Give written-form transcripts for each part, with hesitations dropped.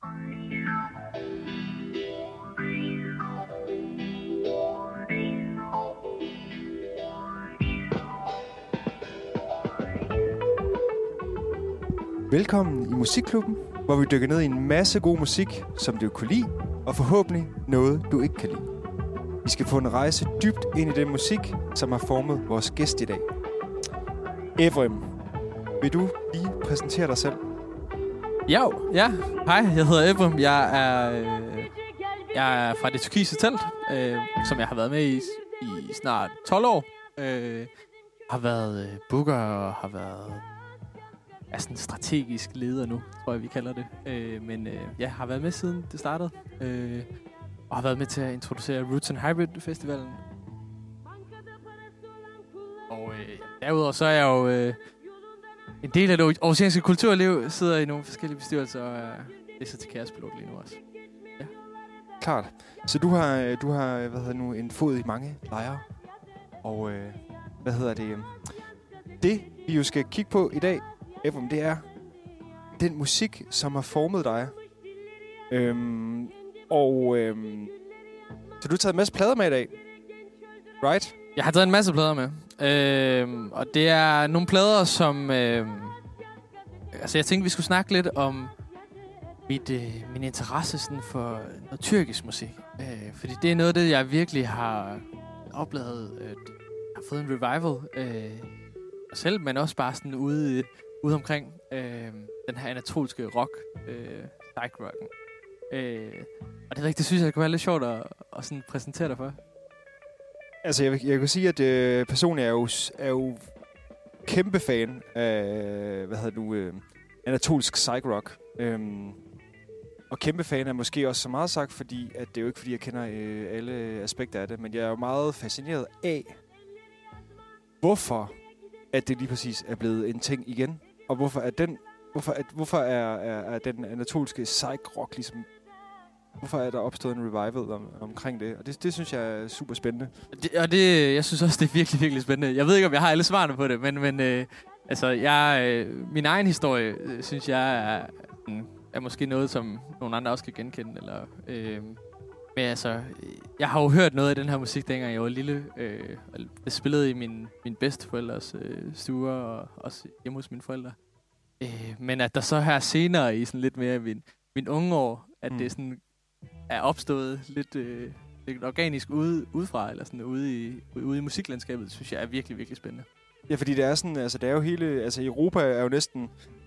Velkommen i Musikklubben, hvor vi dykker ned i en masse god musik, som du kunne lide, og forhåbentlig noget, du ikke kan lide. Vi skal få en rejse dybt ind i den musik, som har formet vores gæst i dag. Evrim, vil du lige præsentere dig selv? Ja. Hej, jeg hedder Evrim. Jeg er fra det tyrkiske telt, som jeg har været med i snart 12 år. Har været booker og har været sådan strategisk leder nu, tror jeg, vi kalder det. Men har været med siden det startede. Og har været med til at introducere Roots and Hybrid Festivalen. Og derudover så er jeg jo en del af det oceanske kulturliv, sidder i nogle forskellige bestyrelser og læser til kaospilot lige nu også. Ja. Klart. Så du har en fod i mange lejre. Og det vi jo skal kigge på i dag, Evrim, det er den musik, som har formet dig. Så du har taget en masse plader med i dag, right? Jeg har taget en masse plader med. Og det er nogle plader, som jeg tænkte, vi skulle snakke lidt om min interesse sådan for noget tyrkisk musik. Fordi det er noget af det, jeg virkelig har oplevet. Jeg har fået en revival selv, men også bare sådan ude omkring den her anatolske rock, psych-rocken. Og det synes jeg kunne være lidt sjovt at sådan præsentere dig for. Altså, jeg kan sige, at personligt er jo kæmpe fan af, anatolsk psych-rock. Og kæmpe fan er måske også så meget sagt, fordi at det er jo ikke, fordi jeg kender alle aspekter af det, men jeg er jo meget fascineret af, hvorfor at det lige præcis er blevet en ting igen, og hvorfor er den anatolske psych-rock ligesom, hvorfor er der opstået en revival omkring det? Og det synes jeg er super spændende. Jeg synes også, det er virkelig, virkelig spændende. Jeg ved ikke, om jeg har alle svarene på det, men min egen historie, synes jeg, er måske noget, som nogle andre også kan genkende. Men altså, jeg har jo hørt noget af den her musik, dengang jeg var lille. Det spillede i min bedsteforældres stuer, og også hjemme hos mine forældre. Men at der så her senere i sådan lidt mere min unge år, at det sådan er opstået lidt organisk udefra, eller sådan ude i musiklandskabet, synes jeg er virkelig, virkelig spændende. Ja, fordi det er sådan, altså det er jo hele, altså Europa er jo næsten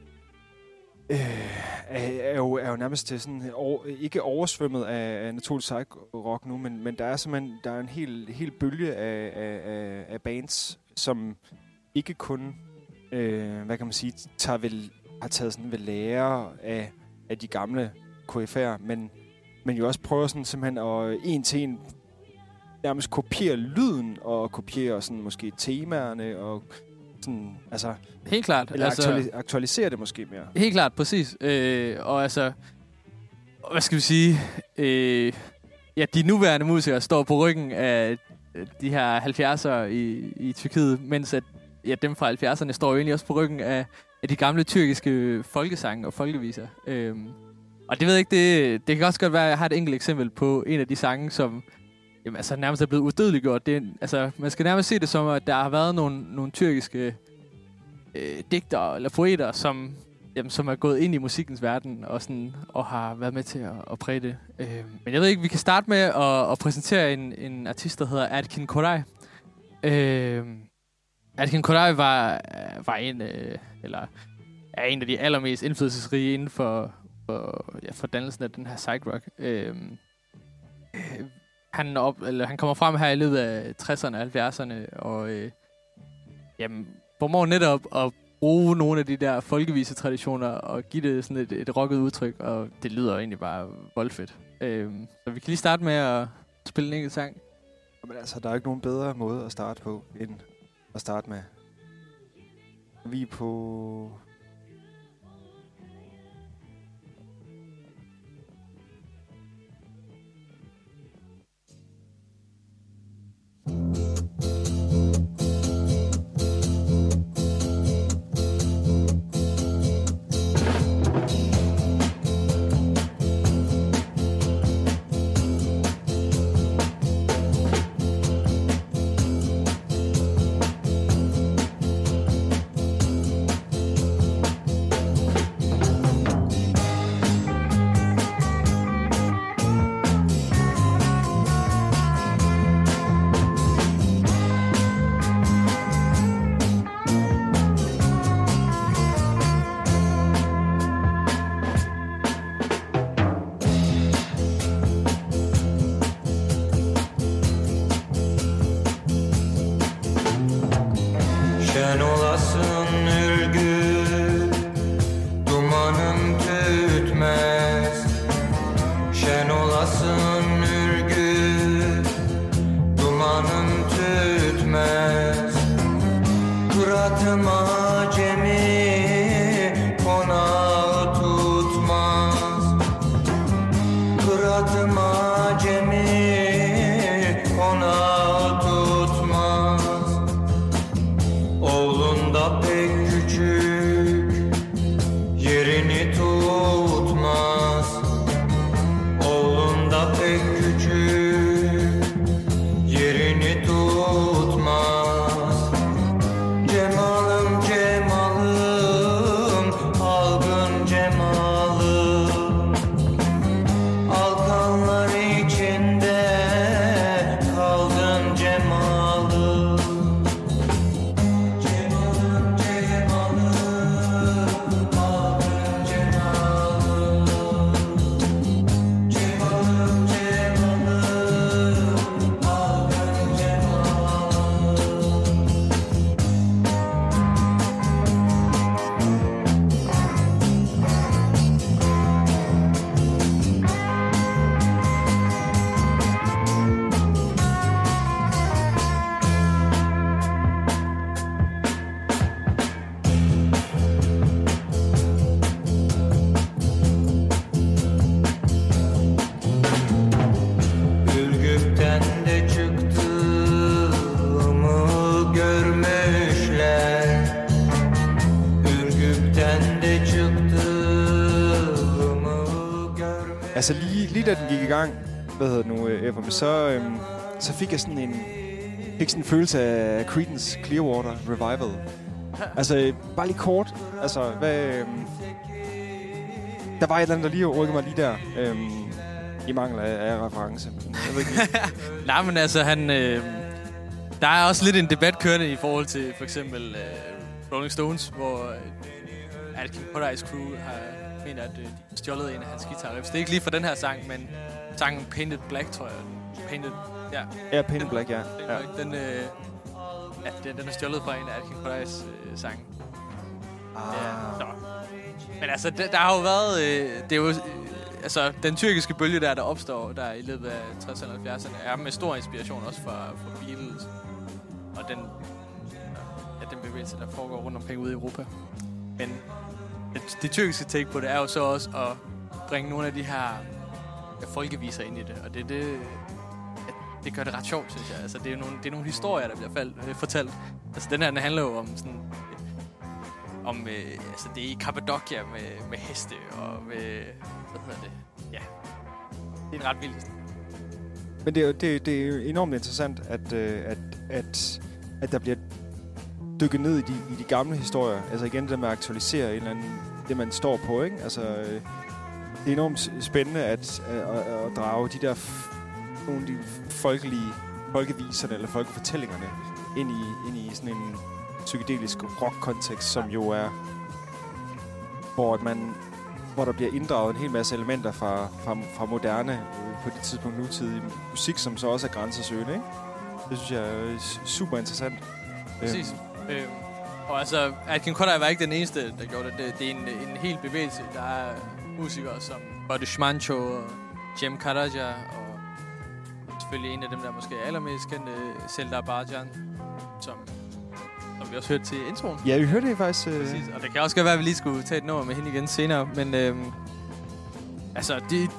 er jo nærmest til sådan ikke oversvømmet af anatolsk psych-rock nu, men der er simpelthen en hel bølge af bands, som ikke kun har taget sådan ved lære af de gamle KF'er, men jo også prøver sådan simpelthen at en til en nærmest kopiere lyden og kopiere sådan måske temaerne og sådan, altså helt klart, eller aktualisere det måske mere. Helt klart, præcis. Og altså, hvad skal vi sige? De nuværende musikere står på ryggen af de her 70'ere i Tyrkiet, mens at dem fra 70'erne står jo egentlig også på ryggen af de gamle tyrkiske folkesange og folkeviser. Og det ved jeg ikke, det kan også godt være, at jeg har et enkelt eksempel på en af de sange, som nærmest er blevet udødeliggjort. Man skal nærmest se det som, at der har været nogle tyrkiske digtere eller poeter, som er gået ind i musikkens verden og har været med til at præge det. Men jeg ved ikke, vi kan starte med at præsentere en artist, der hedder Erkin Koray. Erkin Koray var en af de allermest indflydelsesrige inden for dannelsen af den her psych-rock. Han kommer frem her i løbet af 60'erne og 70'erne, og formår netop at bruge nogle af de der folkevise-traditioner og give det sådan et rocket udtryk, og det lyder egentlig bare voldfedt. Så vi kan lige starte med at spille en enkelt sang. Men altså, der er ikke nogen bedre måde at starte på, end at starte med. Vi er på... olasın ürgüp dumanın tütmez. Şen olasın ürgüp dumanın tütmez. Kıratım acemi konağı tutmaz. Kıratım acemi konağı tutmaz. Oğlun da pek küçük yerini tutmaz. Oğlun da pek küçük yerini tutmaz. Cemalım cemalım algın cemalım. Alkanlar içinde kaldın cemalım. Cemalım cemalım algın cemalım. Cemalım cemalım algın cemalım. Ürgüp'ten de çıktığımı görmüşler. Ürgüp'ten de çıktığımı görmüşler. Altså lige da den gik i gang, Efrem, så fik jeg sådan en følelse af Creedence Clearwater Revival. Altså, bare lige kort. Altså, der var et eller andet, der lige rykkede mig lige der. I mangel af reference. Jeg ved ikke lige. Nej, men altså, der er også lidt en debat kørende i forhold til for eksempel Rolling Stones, hvor Atkin Kodays crew har mener, at de har stjålet en af hans guitar-riffs. Det er ikke lige for den her sang, men sangen Painted Black, tror jeg. Painted, ja. Ja, Painted Black, ja. Den er stjålet fra en af Atkin Kodays sange. Ja, så. Men altså, der har jo været... det er jo... Altså, den tyrkiske bølge der opstår der i løbet af 60'erne og 70'erne, er med stor inspiration også fra Beatles. Og den bevægelse, der foregår rundt omkring ude i Europa. Men det tyrkiske take på det er jo så også at bringe nogle af de her folkeviser ind i det. Og det gør det ret sjovt, synes jeg. Altså, det er nogle historier, der bliver fortalt. Altså, den her, den handler jo om sådan... altså, det er i Kappadokia med heste og med... Hvad hedder det? Ja. Det er en ret vild historie. Men det er jo enormt interessant, at der bliver dykket ned i de gamle historier. Altså igen, det med at aktualisere en eller anden, det man står på, ikke? Altså, det er enormt spændende at drage de der nogle af de folkeviserne eller folkefortællingerne ind i sådan en psykedelisk rock-kontekst, som jo er, hvor der bliver inddraget en hel masse elementer fra moderne, på det tidspunkt nutidig musik, som så også er grænsesøgende, ikke? Det synes jeg er super interessant. Præcis. Og altså, Atkin Koday var ikke den eneste, der gjorde det. Det er en hel bevægelse. Der er musikere som Barış Manço og Cem Karaca, og selvfølgelig en af dem, der måske er allermest kendte, Selda Bağcan, som vi også hørte til introen. Ja, vi hørte det faktisk. Præcis, og det kan også godt være, at vi lige skulle tage et nummer med hende igen senere, men altså,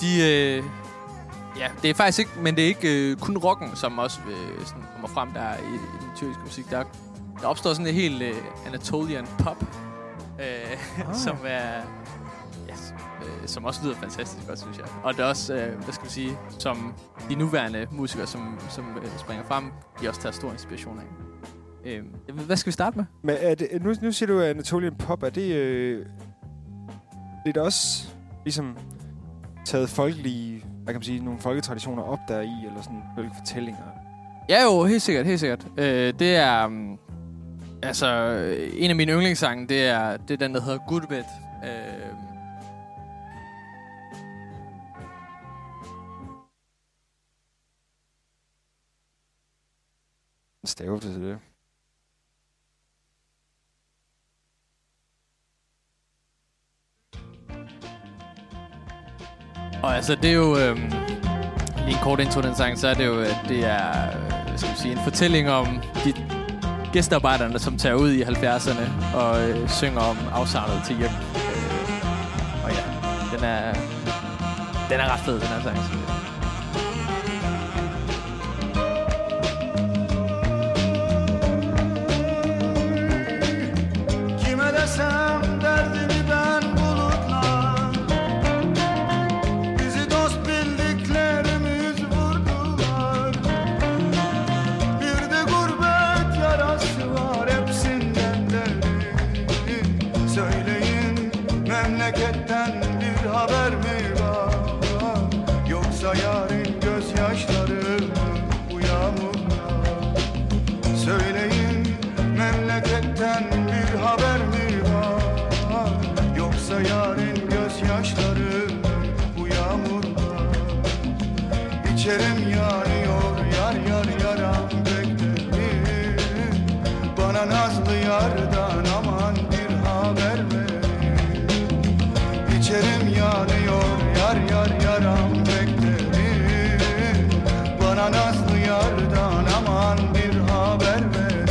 ja, det er faktisk ikke, men det er ikke kun rocken, som også sådan kommer frem der i den tyrkiske musik. Der opstår sådan en helt Anatolian pop, som er, som også lyder fantastisk godt, synes jeg. Og det er også, hvad skal vi sige, som de nuværende musikere, som springer frem, de også tager stor inspiration af. Hvad skal vi starte med? Men nu siger du Anatolian pop, er det lidt også ligesom taget folkelige, hvad kan man sige, nogle folketraditioner op der i, eller sådan fortællinger? Ja jo, helt sikkert. Det er, altså, en af mine yndlingssange, det er den, der hedder Gurbet. Stavelse til det. Og altså, det er jo... lige en kort intro den sang, så er det jo, at det er hvad skal man sige, en fortælling om de gæstearbejderne, som tager ud i 70'erne og synger om afsavnet til hjem. Og ja, den er ret fed, den her sang. Kime desem derdimi ben bulutlar, bizi dost bildiklerimiz vurdular. Bir de gurbet yarası var, hepsinden derin. Söyleyin, memleketten bir haber mi var? Yoksa yarın gözyaşları bu yağmurlar. Söyleyin, memleketten bir haber mi var? Yoksa yarın gözyaşları bu yağmurlar. İçerim yanıyor, yar yar yaram beklerim. Bana nazlı yardan aman bir haber verin. İçerim yanıyor, yar yar yaram beklerim. Bana nazlı yardan aman bir haber verin.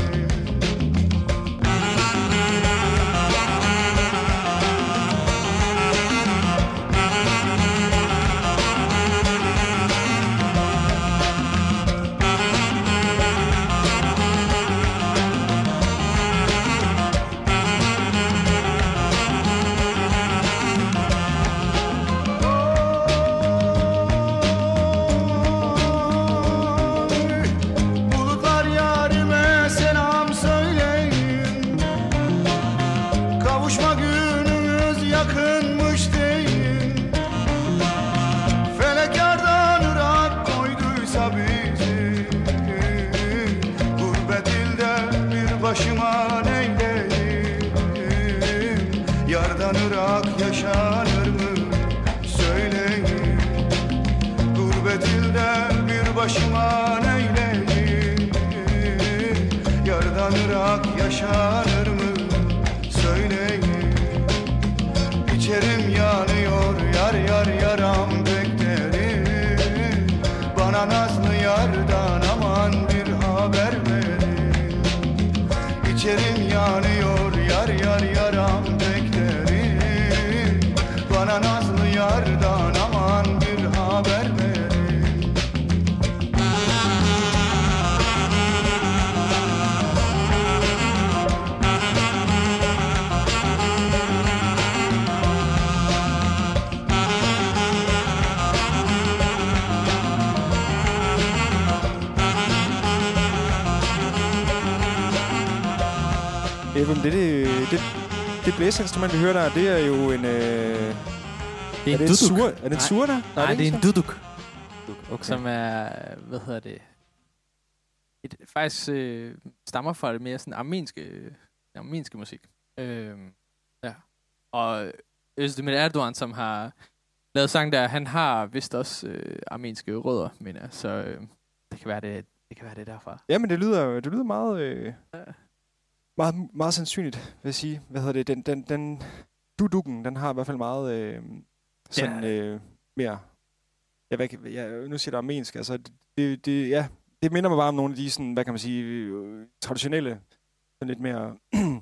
Bulutlar yarime selam söyleyin. Kavuşma günümüz yakınmış deyin. Felek yardan ırak koyduysa bizi. Gurbet ilde bir başıma neyleyim? Yardan ırak yaşanır mı söyleyin. Gurbet ilde bir başıma neyleyim? Yardan ırak yaşanır mı söyleyin. İçerim yanıyor, yar yar yaram beklerim. Bana nazlı yardan aman bir haber verin. İçerim yanıyor, yar yar yaram beklerim. Bana nazlı yardan aman bir haber verin. Det blæseinstrument, vi hører der, det er jo en... Det er en sur? duduk. Er det en sur der? Nej, det er en duduk, Okay. som er, hvad hedder det, faktisk stammer fra det mere sådan armenske musik. Ja. Og Özdemir Erdogan, som har lavet sang der, han har vist også armenske rødder, mener jeg. Så det kan være det derfra. Jamen, det lyder meget... Meget sandsynligt, vil jeg sige. Hvad hedder det? Den dudukken, den har i hvert fald meget sådan mere... nu siger det armensk. Altså, det minder mig bare om nogle af de sådan, hvad kan man sige, traditionelle, sådan lidt mere...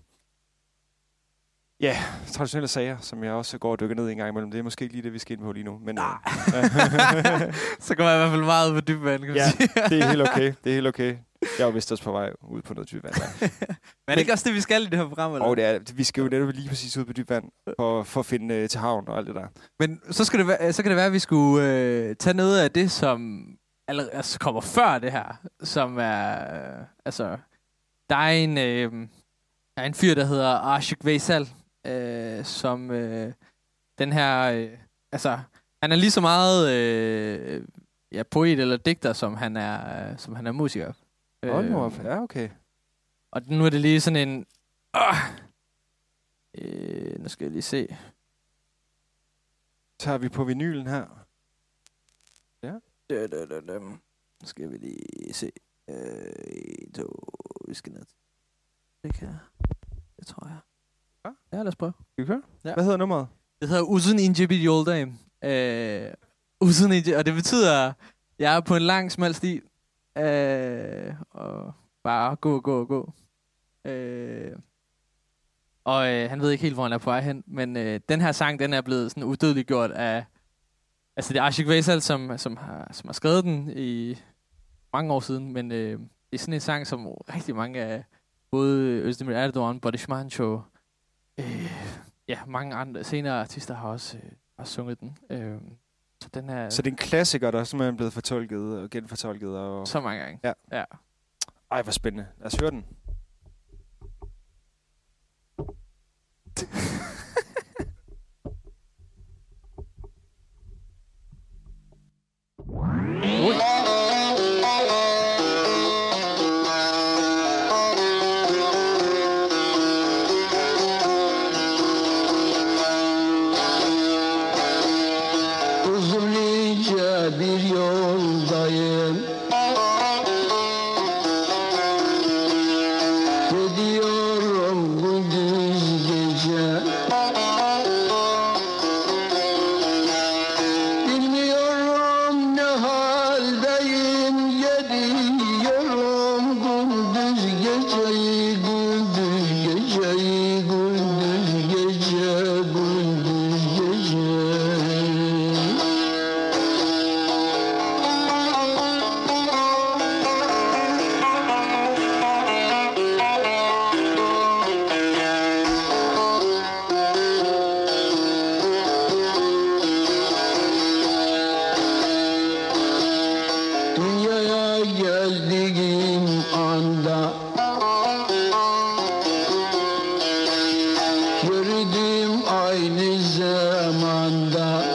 traditionelle sager, som jeg også går og dykker ned en gang imellem. Det er måske ikke lige det, vi skal ind på lige nu. Men, Så kommer jeg i hvert fald meget ud på dybvand, kan man sige. det er helt okay. Det er helt okay. Jeg er jo vist også på vej ud på noget dybvand. Men er det ikke også det, vi skal i det her program? Eller? Det er. Vi skal jo netop lige præcis ud på dybvand for at finde til havn og alt det der. Men så kan det være, at vi skulle tage noget af det, som altså kommer før det her, som er... der er en fyr, der hedder Aşık Veysel, som den her... han er lige så meget poet eller digter, som han er musiker. Ja, okay. Og nu er det lige sådan en... nu skal jeg lige se. Tager vi på vinylen her? Ja. Nu skal vi lige se. Vi skal ned. Det tror jeg. Ja, lad os prøve. Skal vi køre? Ja. Hvad hedder nummeret? Det hedder Uzun İnce Bir Yoldayım. Usynlig, og det betyder, at jeg er på en lang, smal sti. Og bare gå. Han ved ikke helt, hvor han er på vej hen. Men den her sang, den er blevet sådan udødeliggjort af... Altså, det er Ashik Veysel, som har skrevet den i mange år siden. Men det er sådan en sang, som rigtig mange af både Özdemir Erdoğan, Barış Manço, mange andre senere artister har også sunget den. Så den er... Så det er en klassiker, der er simpelthen blevet fortolket og genfortolket. Og... Så mange gange. Ja. Ej, hvor spændende. Lad os høre den. Uzunca bir yoldayım, gidiyorum gündüz gece. Bilmiyorum ne haldeyim, gidiyorum gündüz geceyi, gündüz geceyi, gündüz gece, gündüz gece. Dünyaya geldiğim anda gördüm aynı zamanda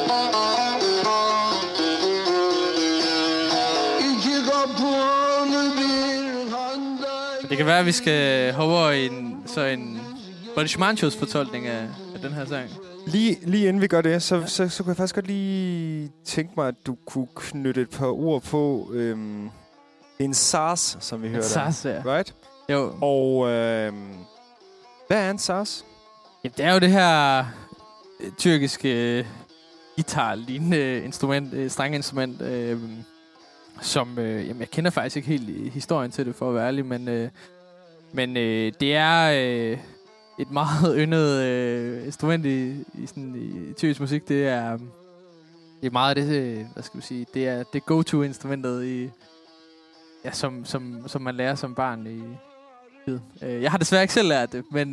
iki kapılı bir handa. Det kan være, at vi skal hoppe over i en Barış Manços fortolkning af den her sang. Lige inden vi gør det, så kunne jeg faktisk godt lige tænke mig, at du kunne knytte et par ord på en SARS, som vi hørte. SARS, ja. Right? Jo. Og hvad er en SARS? Jamen, det er jo det her tyrkiske guitar-lignende instrument, strengeinstrument, som jeg kender faktisk ikke helt historien til det, for at være ærlig, men det er et meget yndet instrument i tyrkisk musik. Det er meget det, hvad skal vi sige, det er det go-to-instrumentet i, ja, som man lærer som barn i tid. Jeg har desværre ikke selv lært det, men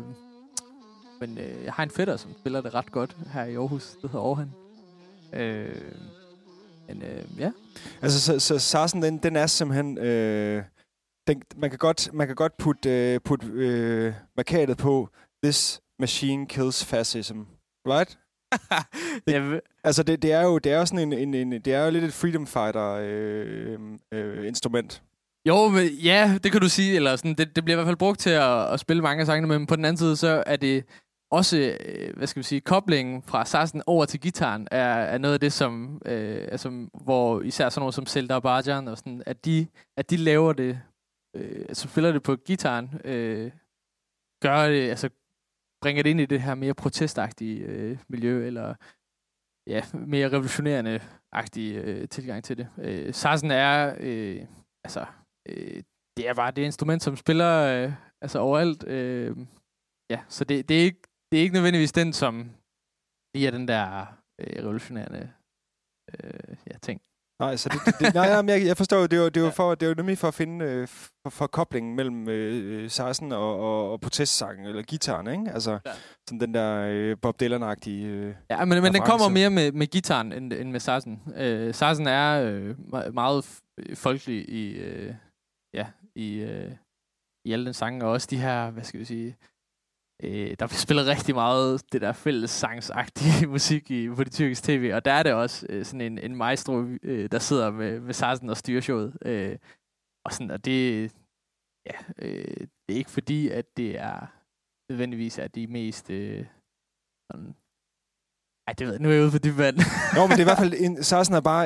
jeg har en fætter, som spiller det ret godt her i Aarhus. Det hedder Orhan. Ja. Altså, så SARS'en, den er simpelthen... man kan godt putte markatet på This machine kills fascism. Right? Altså, det er jo sådan det er jo lidt et freedom fighter instrument. Jo, men ja, det kan du sige. Eller sådan, det bliver i hvert fald brugt til at spille mange af sangene, men på den anden side, så er det også, hvad skal vi sige, koblingen fra SARS'en over til gitaren er noget af det, som, altså, hvor især sådan noget som Selda Barjan og sådan, at de laver det, så spiller det på gitaren, gør det, altså bringer det ind i det her mere protestagtige miljø, eller ja, mere revolutionerende-agtige tilgang til det. SARS'en er, det er bare det instrument, som spiller altså overalt. Ja, så det er ikke nødvendigvis den, som lige er den der revolutionerende ting. Nej, så jeg forstår jo, det er jo nemlig for at finde for koblingen mellem SARS'en og protestsangen, eller gitaren, ikke? Altså, sådan den der Bob Dylan-agtige ja, men den kommer mere med gitaren, end med SARS'en. SARS'en er meget folkelig i alle den sange, og også de her, hvad skal vi sige, der spiller rigtig meget det der fællessangsagtige musik på det tyrkiske tv, og der er det også sådan en maestro, der sidder med SARS'en og styrer showet. Og sådan, og det er ikke fordi, at det er nødvendigvis er de mest sådan, det ved jeg, nu er jeg ude på dyb vand. Jo, men det er i hvert fald, SARS'en er bare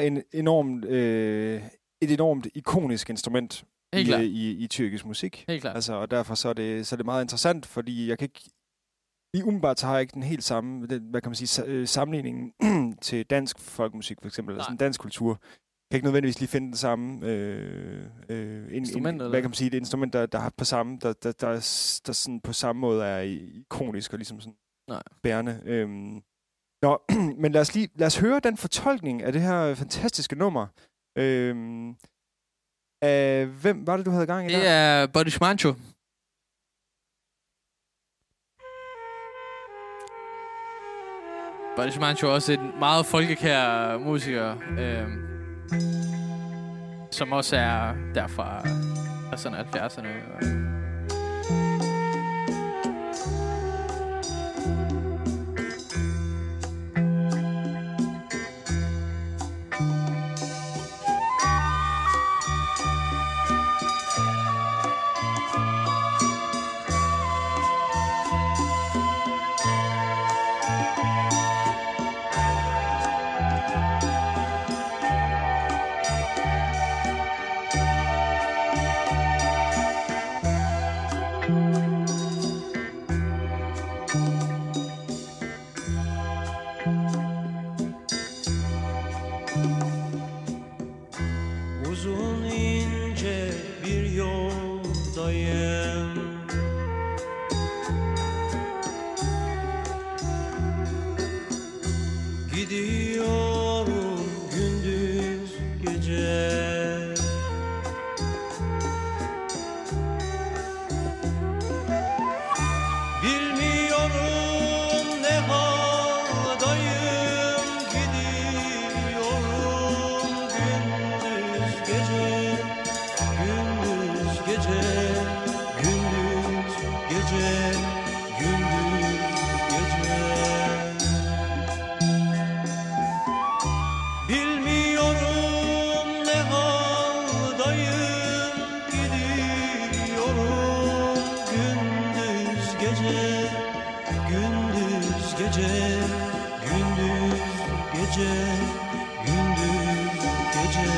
et enormt ikonisk instrument i tyrkisk musik. Helt klart. Altså, og derfor så er det meget interessant, fordi jeg kan ikke lige umiddelbart så har jeg ikke den helt samme, hvad kan man sige, sammenligningen til dansk folkemusik for eksempel, eller sådan dansk kultur. Jeg kan ikke nødvendigvis lige finde den samme Instrument, hvad kan man sige, et instrument, der har på samme, der sådan på samme måde er ikonisk og ligesom sådan bærende. Nå, men lad os høre den fortolkning af det her fantastiske nummer. Hvem var det, du havde gang i der? Det er Body Schmancho. Body Schmancho er også en meget folkekær musiker, som også er derfra sådan 70'erne. Uzun ince bir yoldayım, gidiyorum gündüz gece. Bilmiyorum ne haldayım, gidiyorum gündüz gece, gündüz gece, gündüz gece, gündüz gece. Bilmiyorum ne haldayım, gidiyorum gündüz gece, gündüz gece, gündüz gece, gündüz gece.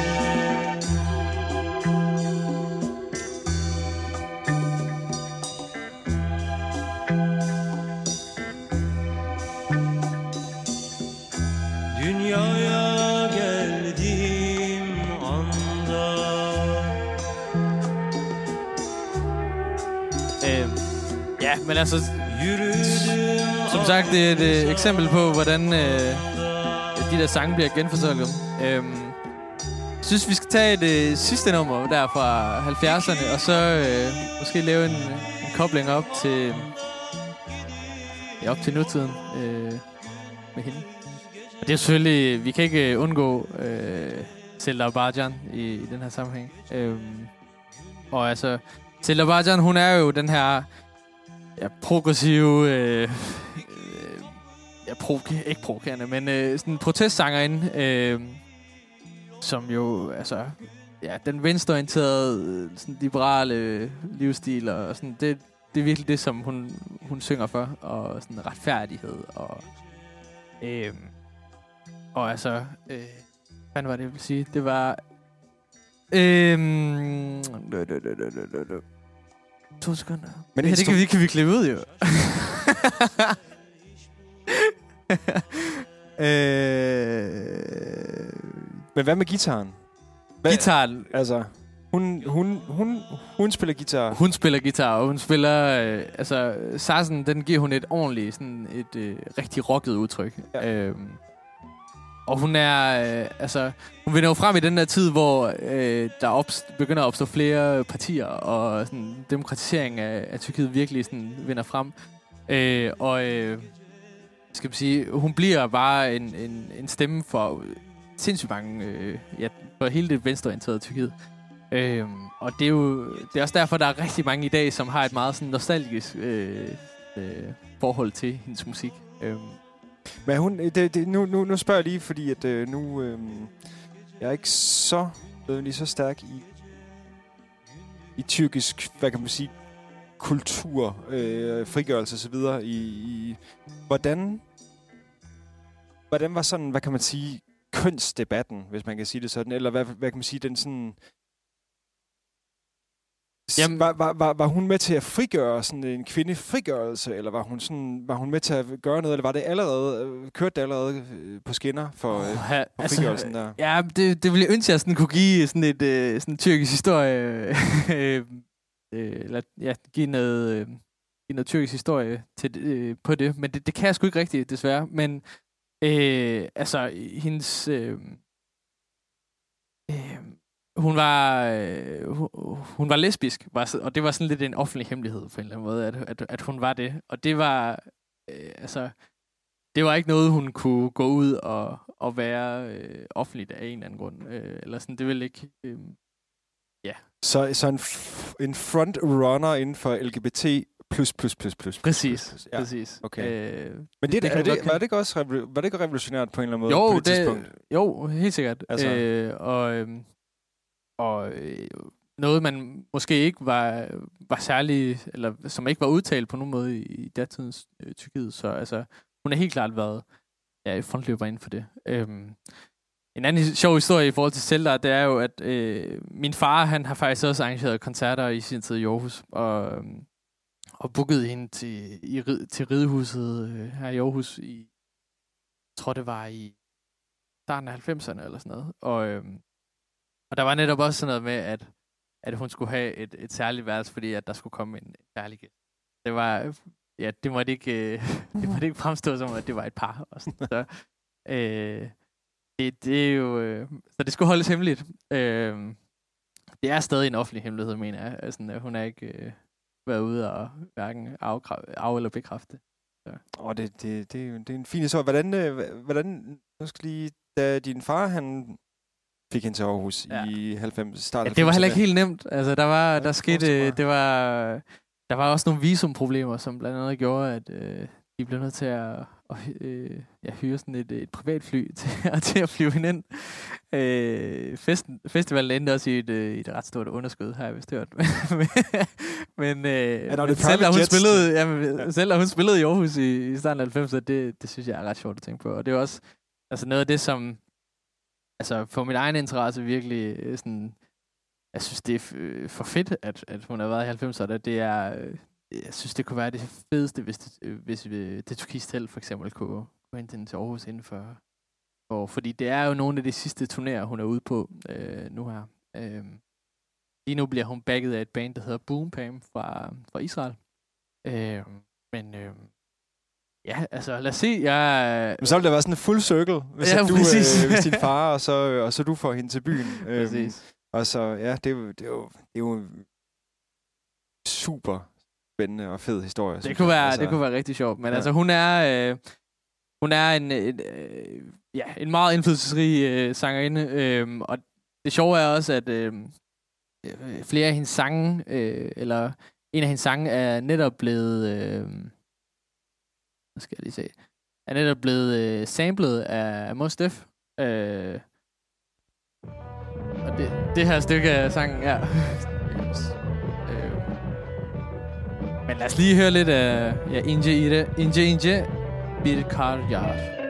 Dünyaya geldiğim anda Ja, men altså, yürüdüm som sagt, det er et eksempel på, hvordan de der sange bliver genfortolket. Jeg synes, vi skal tage et sidste nummer der fra 70'erne, og så måske lave en kobling op til nutiden med hende. Og det er selvfølgelig, vi kan ikke undgå Selda Bajan i den her sammenhæng. Og altså, Selda Bajan, hun er jo den her progressive, ikke provokerende, men sådan en protestsangerinde, som jo, altså, den venstreorienterede, sådan liberale livsstil, og sådan, det er virkelig det, som hun synger for, og sådan retfærdighed, og altså, hvad var det, jeg ville sige? Det var, 2 sekunder. Men det kan vi klippe ud, jo. Men hvad med gitaren? Gitaren. Altså, hun spiller guitar. Hun spiller guitar, og hun spiller... Sarsen, den giver hun et ordentligt, sådan et rigtig rocket udtryk. Ja. Og hun er... hun vinder jo frem i den der tid, hvor der begynder at opstå flere partier, og sådan, demokratisering af Tyrkiet virkelig sådan, vinder frem. Skal man sige, hun bliver bare en stemme for sindssygt mange... for hele det venstreorienterede Tyrkiet. Og det er også derfor, der er rigtig mange i dag, som har et meget sådan nostalgisk forhold til hendes musik. Men nu spørger jeg lige, fordi at jeg er ikke så stærk i tyrkisk, hvad kan man sige, kultur, frigørelse og så videre. Hvordan var sådan, hvad kan man sige, kønsdebatten, hvis man kan sige det sådan, eller hvad kan man sige, den sådan Jamen- Var hun med til at frigøre sådan en kvindefrigørelse, eller var hun med til at gøre noget, eller var det allerede, kørte det allerede på skinner for frigørelsen der? Ja, det ville jeg ønske, at jeg sådan kunne give sådan et sådan tyrkisk historie, eller ja, give noget tyrkisk historie til, på det, men det kan jeg sgu ikke rigtigt, desværre. Men altså, hendes... Hun var lesbisk, og det var sådan lidt en offentlig hemmelighed på en eller anden måde, at hun var det. Og det var, altså, det var ikke noget, hun kunne gå ud og være offentligt af en eller anden grund. Eller sådan, det ville ikke... ja. Så en frontrunner inden for LGBT+++++. Præcis, Ja. præcis. Okay. Men var det ikke også var det ikke revolutionært på en eller anden måde Jo, på det tidspunkt? Jo, helt sikkert. Altså. Noget, man måske ikke var særlig, eller som ikke var udtalt på nogen måde i datidens Tyrkiet. Så altså, hun har helt klart været frontløber inden for det. En anden sjov historie i forhold til Serdar, det er jo, at min far, han har faktisk også arrangeret koncerter i sin tid i Aarhus, og bookede hende til Ridehuset her i Aarhus i, jeg tror det var i starten af 90'erne eller sådan noget. Og der var netop også sådan noget med, at hun skulle have et særligt værelse, fordi at der skulle komme en særlig gæst. Det var, ja, det måtte ikke fremstå som, at det var et par. Og sådan. Så, det er jo, så det skulle holdes hemmeligt. Det er stadig en offentlig hemmelighed, mener jeg. Altså, hun er ikke været ude og hverken af- eller bekræfte. Det er en fin historie. Hvordan nu skal lige, da din far, han fik hende til Aarhus i 90, start af 90'erne. Det var heller ikke helt nemt. Altså, der skete, der var også nogle visumproblemer, som blandt andet gjorde, at de blev nødt til at hyre sådan et privatfly til at flyve hende ind. Festivalen endte også i et ret stort underskud, har jeg vist hørt. Men selv da hun spillede i Aarhus i starten af 90'erne, det synes jeg er ret sjovt at tænke på. Og det er også altså noget af det, som altså for min egen interesse virkelig sådan, jeg synes, det er for fedt, at hun har været i 90'erne. Det er, jeg synes, det kunne være det fedeste, hvis det tyrkisk selv for eksempel kunne hente hende til Aarhus inden for år. Fordi det er jo nogle af de sidste turnéer, hun er ude på nu her. Lige nu bliver hun backet af et band, der hedder Boom Pam fra Israel. Ja, altså lad os se. Men så vil det være sådan en full circle, hvis, Ja, hvis din far, og så du får hende til byen. Præcis. Og så, ja, det er jo en super spændende og fed historie. Det kunne være rigtig sjovt. Men altså, hun er en meget indflydelsesrig sangerinde. Og det sjove er også, at flere af hendes sange, eller en af hendes sange, er netop blevet... nu skal jeg lige se. Er netop blevet samlet af Mos Def. Og det her stykke af sangen, ja. Men lad os lige høre lidt af Ince Bir Kar Yağar.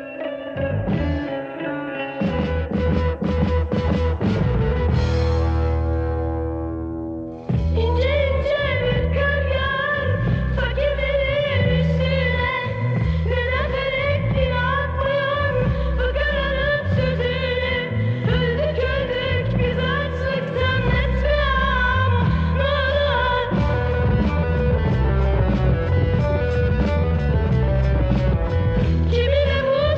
Kimine bu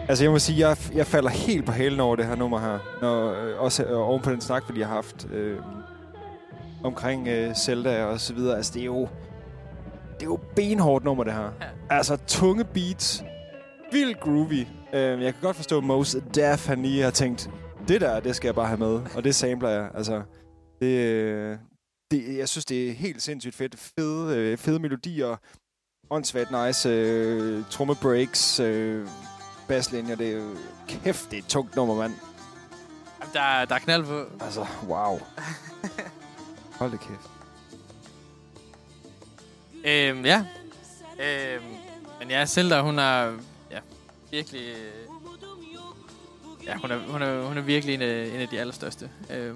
Altså, jeg må sige, jeg falder helt på halen over det her nummer her. Også oven på den snak, vi lige har haft omkring Zelda og så videre. Altså, det er jo benhårdt nummer, det her. Ja. Altså, tunge beats. Vildt groovy. Jeg kan godt forstå, at Mos Def, han lige har tænkt, det skal jeg bare have med. Og det sampler jeg. Altså, jeg synes, det er helt sindssygt fedt. Fede melodier. Åndssvagt nice. Trommebreaks. Basslinjer. Det er jo kæft, det er et tungt nummer, mand. Der er knald på. Altså, wow. Hold det kæft. Ja. Men ja, Zelda, hun er virkelig... Ja, hun er virkelig en af de allerstørste.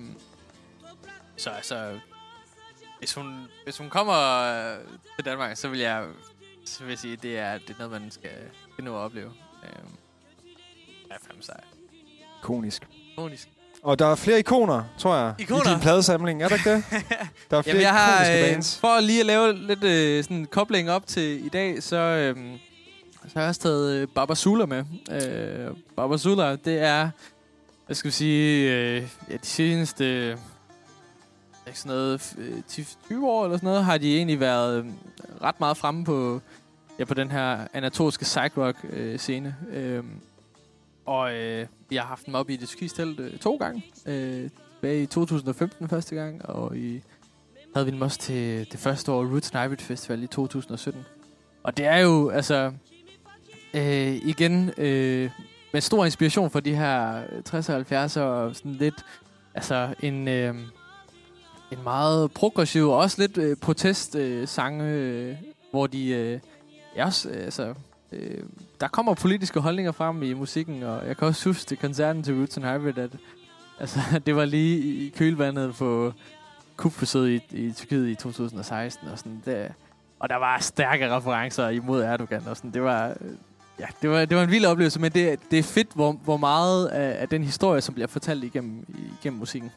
Så altså... Hvis hun kommer til Danmark, så vil jeg sige, at det er noget, man skal nå at opleve. Ja, fandme sej. Ikonisk. Og der er flere ikoner, tror jeg, i din pladesamling. Er der ikke det? Der er flere ikoniske bands. For lige at lave lidt sådan en kobling op til i dag, så har jeg også taget Babasula med. Babasula, det er, hvad skal vi sige, de seneste... sådan noget 10-20 år eller sådan noget, har de egentlig været ret meget fremme på den her anatolske psych-rock scene. Og vi har haft dem op i det tyrkiske telt 2 gange. Tilbage i 2015 første gang, og havde vi dem også til det første år Roots and Hybrid Festival i 2017. Og det er jo, altså, igen, med stor inspiration for de her 60'er og 70'er, og sådan lidt, altså, en meget progressiv og også lidt protestsange, hvor de også, altså, der kommer politiske holdninger frem i musikken, og jeg kan også huske til koncerten til Roots and Hybrid, at altså, det var lige i kølvandet på kupforsøget i Tyrkiet i 2016 og sådan der. Og der var stærke referencer imod Erdogan og sådan. Det var en vild oplevelse, men det er fedt, hvor meget af den historie, som bliver fortalt igennem musikken.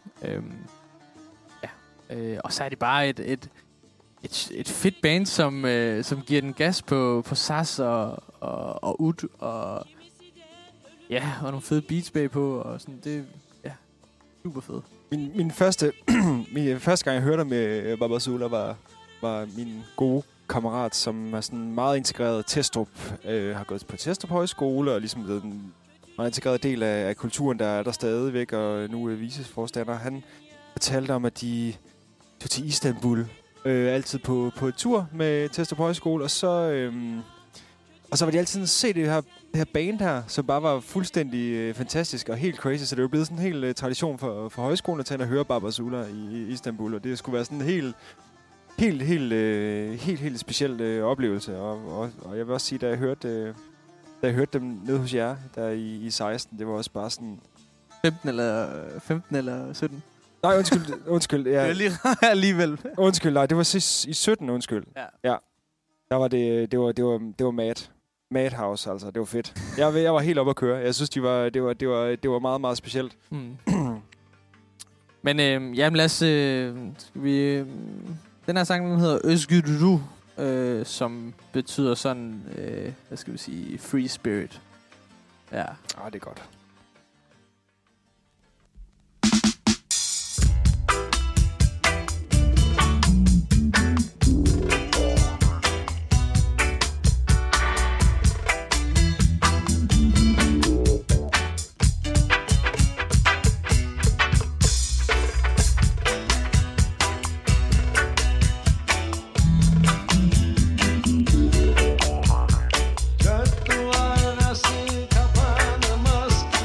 Og så er det bare et fedt band, som giver den gas på Sas og Ud og nogle fede beats bagpå og sådan. Det super fedt. Min første gang jeg hørte med Babasula var min gode kammerat, som er sådan meget integreret Testrup, har gået på Testrup Højskole og ligesom blevet en meget integreret del af kulturen, der er der stadigvæk, og nu er vicesforstander. Han fortalte om, at de tog til Istanbul altid på et tur med Testrup Højskole, og så var de altid se det her band her, som bare var fuldstændig fantastisk og helt crazy, så det var blevet sådan en hel tradition for højskolen at tage og høre Babasula i Istanbul, og det skulle være sådan en helt speciel oplevelse, og jeg vil også sige, da jeg hørte dem nede hos jer der i 16, det var også bare sådan 15 eller 17. Nej, undskyld. Ja. Det var lige alligevel. Undskyld, nej, det var i 17, undskyld. Ja. Der var det var Madhouse, altså. Det var fedt. Jeg var helt oppe at køre. Jeg synes, det var meget, meget specielt. Mm. Men jamen lad os... den her sang, den hedder Özgürlük, som betyder sådan, hvad skal vi sige, free spirit. Ja. Det er godt. Dört duvar nasıl kapanmaz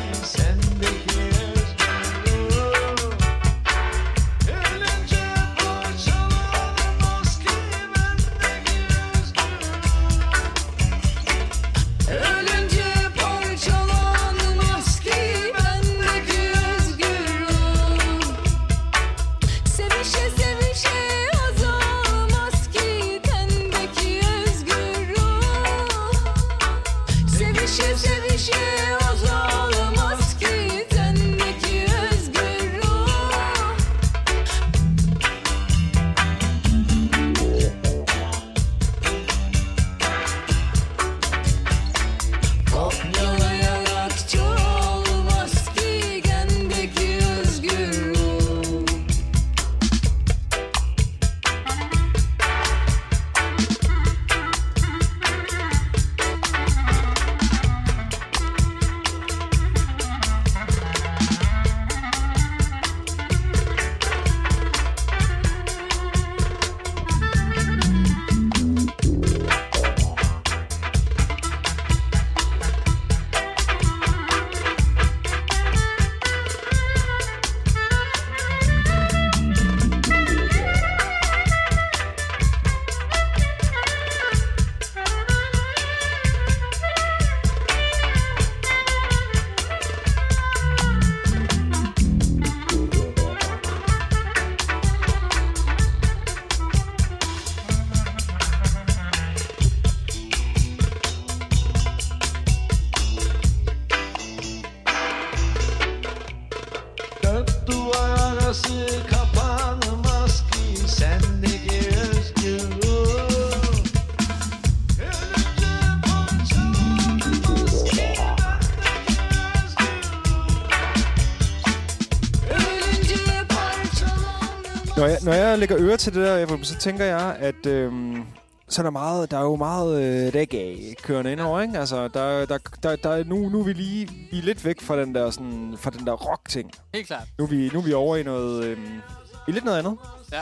når jeg lægger øre til det der, Efraim, så tænker jeg, at så der er jo meget reggae kørende indover, ikke? Altså, der nu er vi lige lidt væk fra den der sådan, fra den der rock-ting. Helt klart. Nu er vi over i noget i lidt noget andet. Ja.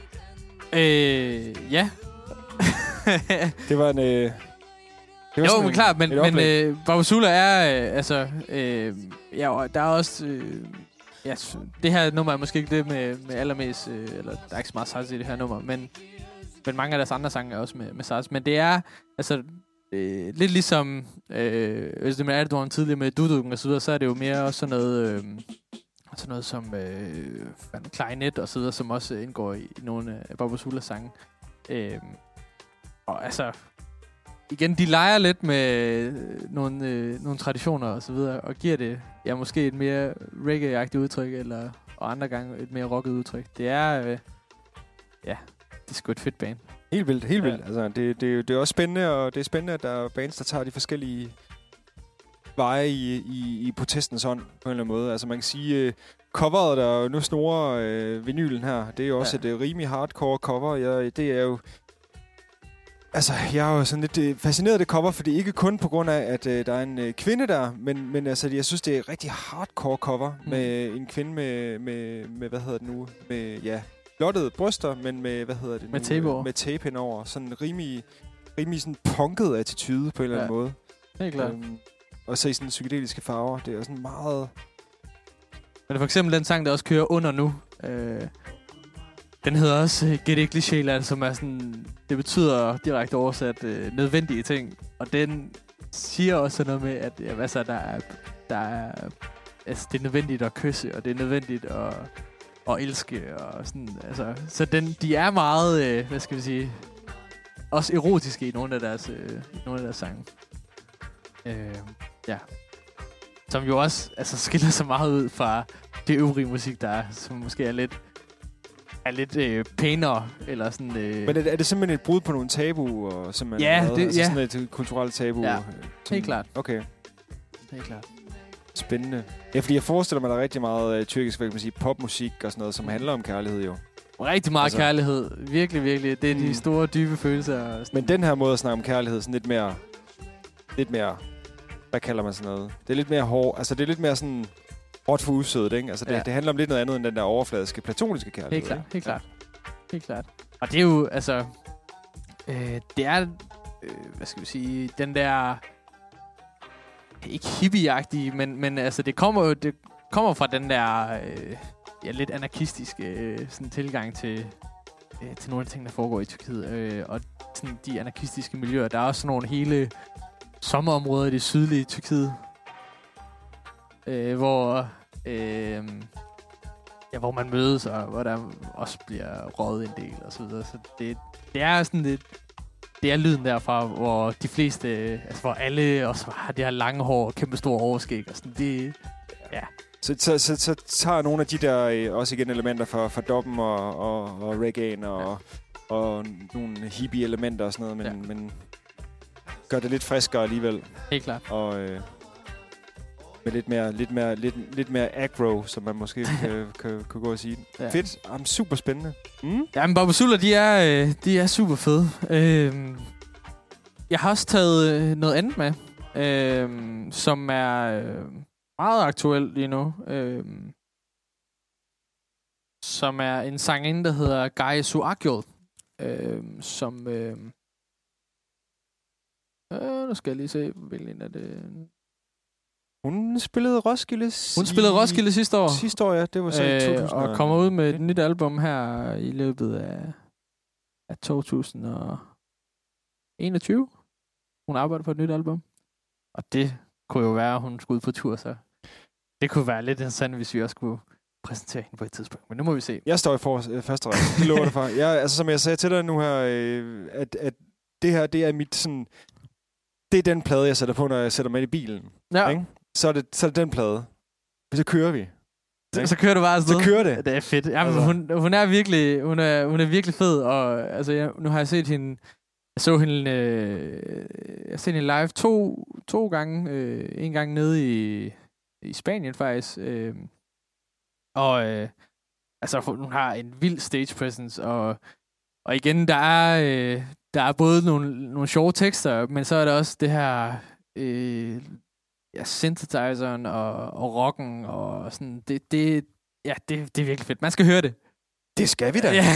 Ja. Det var en det var Jo, sådan men klart, men Babusula er, ja, der er også, ja, det her nummer er måske ikke det med allermest, eller der er ikke så meget sars i det her nummer, men mange af deres andre sange er også med sars. Men det er, altså, lidt ligesom, hvis det med Erdogan tidligere med Duduk'en og så videre, så er det jo mere også sådan noget som klarinet og så videre, som også indgår i nogle af Babusulas sange. Og altså, igen, de leger lidt med nogle traditioner og så videre, og giver det, ja, måske et mere reggae-agtigt udtryk, og andre gange et mere rocket udtryk. Det er, ja, det er sgu et fedt band. Helt vildt. Altså, det er også spændende, og det er spændende, at der er bands, der tager de forskellige veje i protestens ånd, på en eller anden måde. Altså, man kan sige, coveret, der nu snorer vinylen her, det er jo også et rimelig hardcore cover. Det er jo... Altså, jeg er jo sådan lidt fascineret af det cover, fordi ikke kun på grund af, at der er en kvinde der, men altså, jeg synes, det er et rigtig hardcore cover med en kvinde med hvad hedder det nu, med, ja, blottede bryster, men med, hvad hedder det nu? Med tape over. Med tape henover. Sådan rimelig sådan punket attitude på en eller anden måde. Helt klart. Og så i sådan psykedeliske farver. Det er jo sådan meget... Men for eksempel den sang, der også kører under nu, den hedder også Get It Cliché, som er sådan, det betyder direkte oversat nødvendige ting. Og den siger også noget med, at ja, altså, der er altså, det er nødvendigt at kysse, og det er nødvendigt at elske, og sådan, altså, så de er meget, hvad skal vi sige, også erotiske i nogle af deres sange. Ja. Som jo også altså, skiller sig meget ud fra det øvrige musik, der er, som måske er lidt pænere, eller sådan... Men er det simpelthen et brud på nogle tabuer, som man ja, sådan et kulturelt tabu? Ja, helt klart. Okay. Helt klart. Spændende. Ja, fordi jeg forestiller mig, der er rigtig meget tyrkisk, hvad kan man sige, popmusik og sådan noget, som handler om kærlighed jo. Rigtig meget kærlighed. Virkelig, virkelig. Det er de store, dybe følelser. Men den her måde at snakke om kærlighed, sådan lidt mere, hvad kalder man sådan noget? Det er lidt mere hård, altså det er lidt mere sådan hårdt for usødet, ikke? Altså det handler om lidt noget andet end den der overfladiske, platoniske kærlighed. Helt klart. Og det er jo, altså, det er, hvad skal vi sige, den der, ikke hippie-agtige, men altså det kommer fra den der, lidt anarkistiske sådan tilgang til nogle af de ting, der foregår i Tyrkiet. Og sådan de anarkistiske miljøer. Der er også nogle hele sommerområder i det sydlige Tyrkiet, hvor man mødes, og hvor der også bliver røget en del, og så videre. Så det er sådan lidt... Det er lyden derfra, hvor de fleste... Altså, hvor alle også har det her lange hår og kæmpe store overskæg, og sådan. Det... Ja. Så tager nogle af de der også igen elementer fra dubben og reggae'en og nogle hippie-elementer og sådan noget, men gør det lidt friskere alligevel. Helt klart. Og med lidt mere aggro, som man måske kan gå og sige. Ja. Fedt. Super spændende. Ja, men Babusula, de er super fede. Jeg har også taget noget andet med, som er meget aktuelt lige nu. Som er en sangerinde, der hedder Gaye Su Akyol. Som... nu skal jeg lige se, hvilken er det... Hun spillede Roskilde sidste år. Sidste år, ja. Det var så i 2000. Og kommer ud med et nyt album her i løbet af 2021. Hun arbejder på et nyt album. Og det kunne jo være, at hun skulle ud på tur, så det kunne være lidt interessant, hvis vi også kunne præsentere hende på et tidspunkt. Men nu må vi se. Jeg står i første række. Det lover det for. Altså, som jeg sagde til dig nu her, at det her, det er mit sådan... Det er den plade, jeg sætter på, når jeg sætter mig i bilen. Ja. Ikke? Så er det den plade. Så kører vi. Så kører du bare afsted. Så kører det. Det er fedt. Jamen, altså. hun er virkelig fed, og altså, nu har jeg set hende. Jeg så hende live to gange. En gang nede i Spanien faktisk. altså, hun har en vild stage presence, og igen, der er både nogle sjove tekster, men så er der også det her synthesizeren og rocken og sådan. Det er virkelig fedt. Man skal høre det. Det skal vi da. Ja.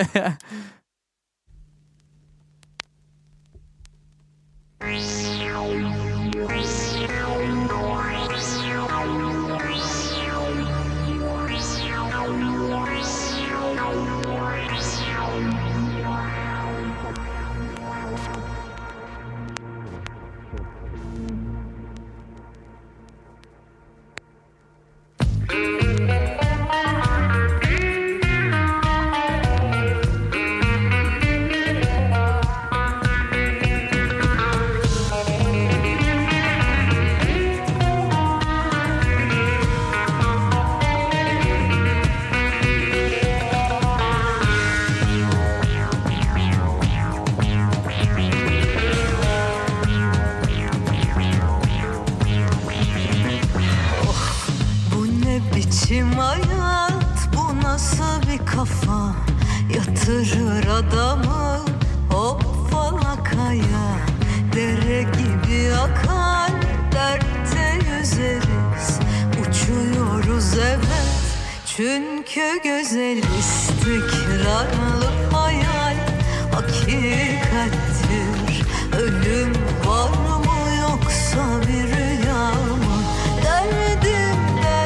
Biçim hayat, bu nasıl bir kafa, yatırır adamı hop falakaya. Dere gibi akar, dertte yüzeriz, uçuyoruz evet, çünkü güzel. İstikrarlı hayal hakikattir, ölüm var mı yoksa bir rüya mı? Derdim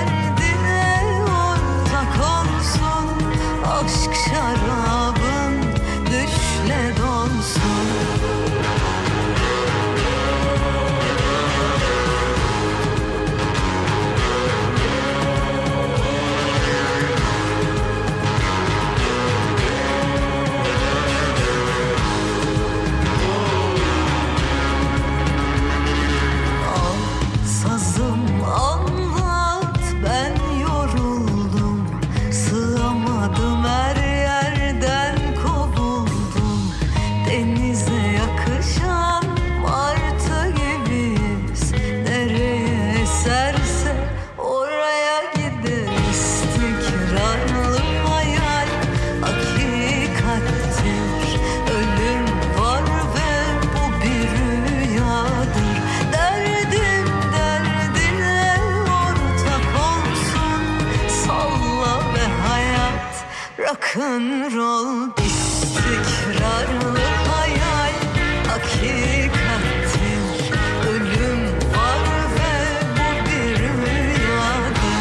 aşk şarabın düşle donsun. Al sazım anlat, ben yoruldum, sığamadım her yerden kovuldum. Denize yakışan martı gibiyiz, nereye eserse oraya gider. İstikrarlı hayal hakikattir, ölüm var ve bu bir rüyadır. Derdim derdine ortak olsun, salla ve hayat rock'n'roll. İstikrarlı hayal hakikattir, ölüm var ve bu bir rüyadır.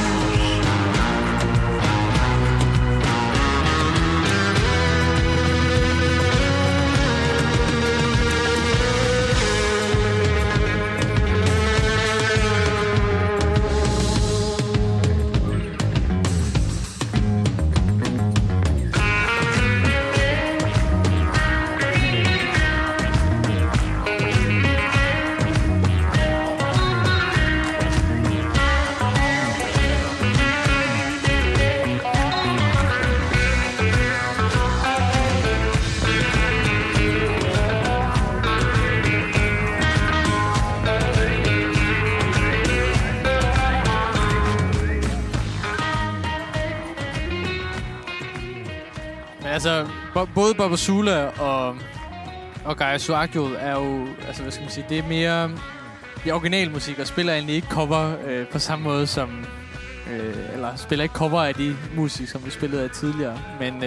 Men altså, både Babasula og Gaia Suakjol er jo, altså hvad skal man sige, det er mere det er original musik, og spiller egentlig ikke cover på samme måde som, eller spiller ikke cover af de musik, som vi spillede af tidligere.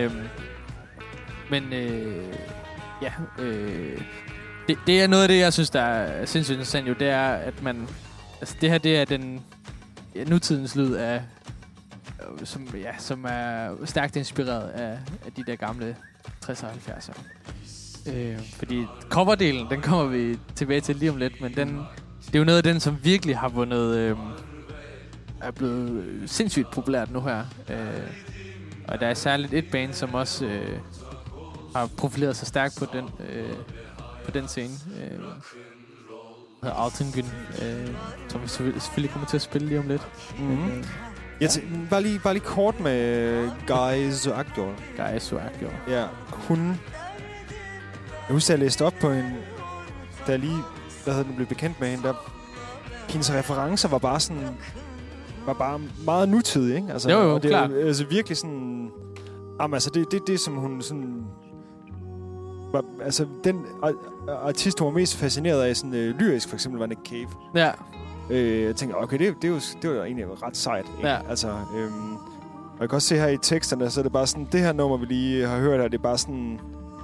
Det er noget af det, jeg synes, der er sindssygt interessant jo, det er, at man, altså det her, det er den nutidens lyd af, som er stærkt inspireret af de der gamle 60'er og 70'er. Fordi coverdelen, den kommer vi tilbage til lige om lidt, men det er jo noget af den, som virkelig har vundet, er blevet sindssygt populært nu her. Og der er særligt et band, som også har profileret sig stærkt på den scene. Hedder Altingen, som vi selvfølgelig kommer til at spille lige om lidt. Mm-hmm. Bare lige kort med Gaia Suakjol. Gaia Suakjol. Ja, hun... Jeg husker, at jeg læste op på en... Da jeg lige blev bekendt med hende, der... Hendes referencer var bare sådan... var bare meget nutidig, ikke? Altså, Jo, og det klart. er altså virkelig sådan... Jamen, altså, det som hun sådan... Var, altså, den artist, hun var mest fascineret af, sådan lyrisk, for eksempel, var Nick Cave. Ja. Jeg tænker, okay, det var egentlig ret sejt, ikke? Ja. Altså, og jeg kan også se her i teksterne, så er det bare sådan, det her nummer, vi lige har hørt her, det er bare sådan...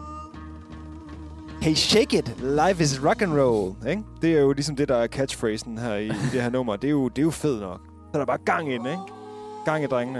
Hey, shake it! Life is rock and roll, ikke? Det er jo ligesom det, der er catchphrasen her i det her nummer. Det er jo fedt nok. Så er der bare gang ind, ikke? Gang i drengene.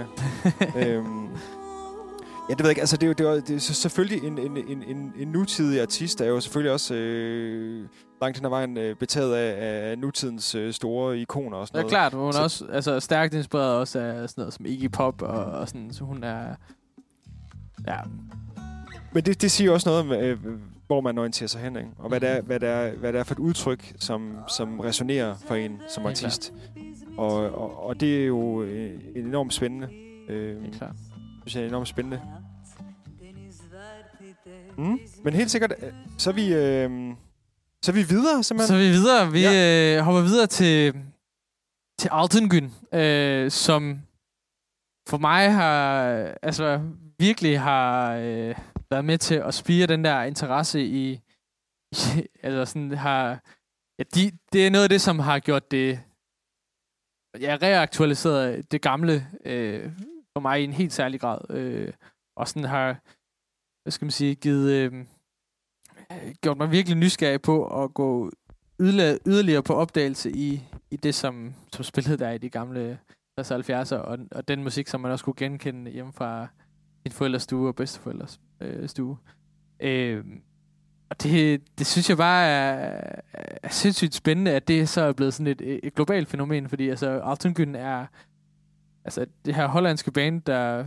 Ja, det ved jeg ikke. Altså, det er selvfølgelig en nutidig artist, er jo selvfølgelig også langt hen ad vejen betaget af nutidens store ikoner og sådan Ja, noget. klart. Hun er også altså, stærkt inspireret også af sådan noget som Iggy Pop og sådan, så hun er... Ja. Men det siger også noget om, hvor man orienterer sig hen, ikke? Og hvad det er for et udtryk, som resonerer for en som Helt artist. Og det er jo enormt spændende. Helt klart. Det synes jeg er enormt spændende. Men helt sikkert, så er vi videre, simpelthen. Så er vi videre. Vi hopper videre til Altengyn, som for mig har virkelig har været med til at spire den der interesse i altså sådan har det er noget af det, som har gjort det reaktualiseret det gamle for mig i en helt særlig grad, og sådan har, hvad skal man sige, gjort mig virkelig nysgerrig på at gå yderligere på opdagelse i det, som spillede der i de gamle 70'er, og den musik, som man også kunne genkende hjemme fra sin forældres stue og bedsteforældres stue. Og det synes jeg bare er sindssygt spændende, at det så er blevet sådan et globalt fænomen, fordi altså Altengyn er altså det her hollandske band, der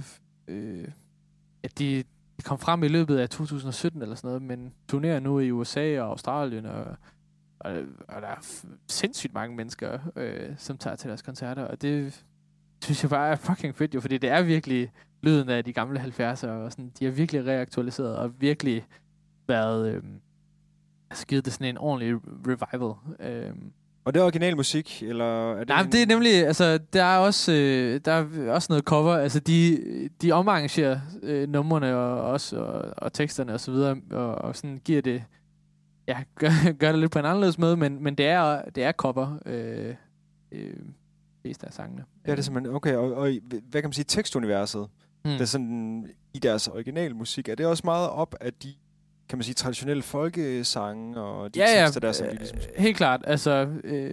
de kom frem i løbet af 2017 eller sådan noget, men turnerer nu i USA og Australien, og der er sindssygt mange mennesker, som tager til deres koncerter, og det synes jeg bare er fucking fedt jo, fordi det er virkelig lyden af de gamle 70'er, og sådan, de har virkelig reaktualiseret, og virkelig været givet det sådan en ordentlig revival. Og det er original musik, eller er det? Nej, det er nemlig, altså, der er også noget cover, altså, de omarrangerer numrene og teksterne og så videre, og sådan giver det, ja, gør det lidt på en anderledes måde, men det er cover, flest af sangene. Ja, det er simpelthen, okay, og hvad kan man sige, tekstuniverset, det er sådan, i deres original musik, er det også meget op af de, kan man sige, traditionelle folkesange og de tekster der, som de ligesom... helt klart, altså...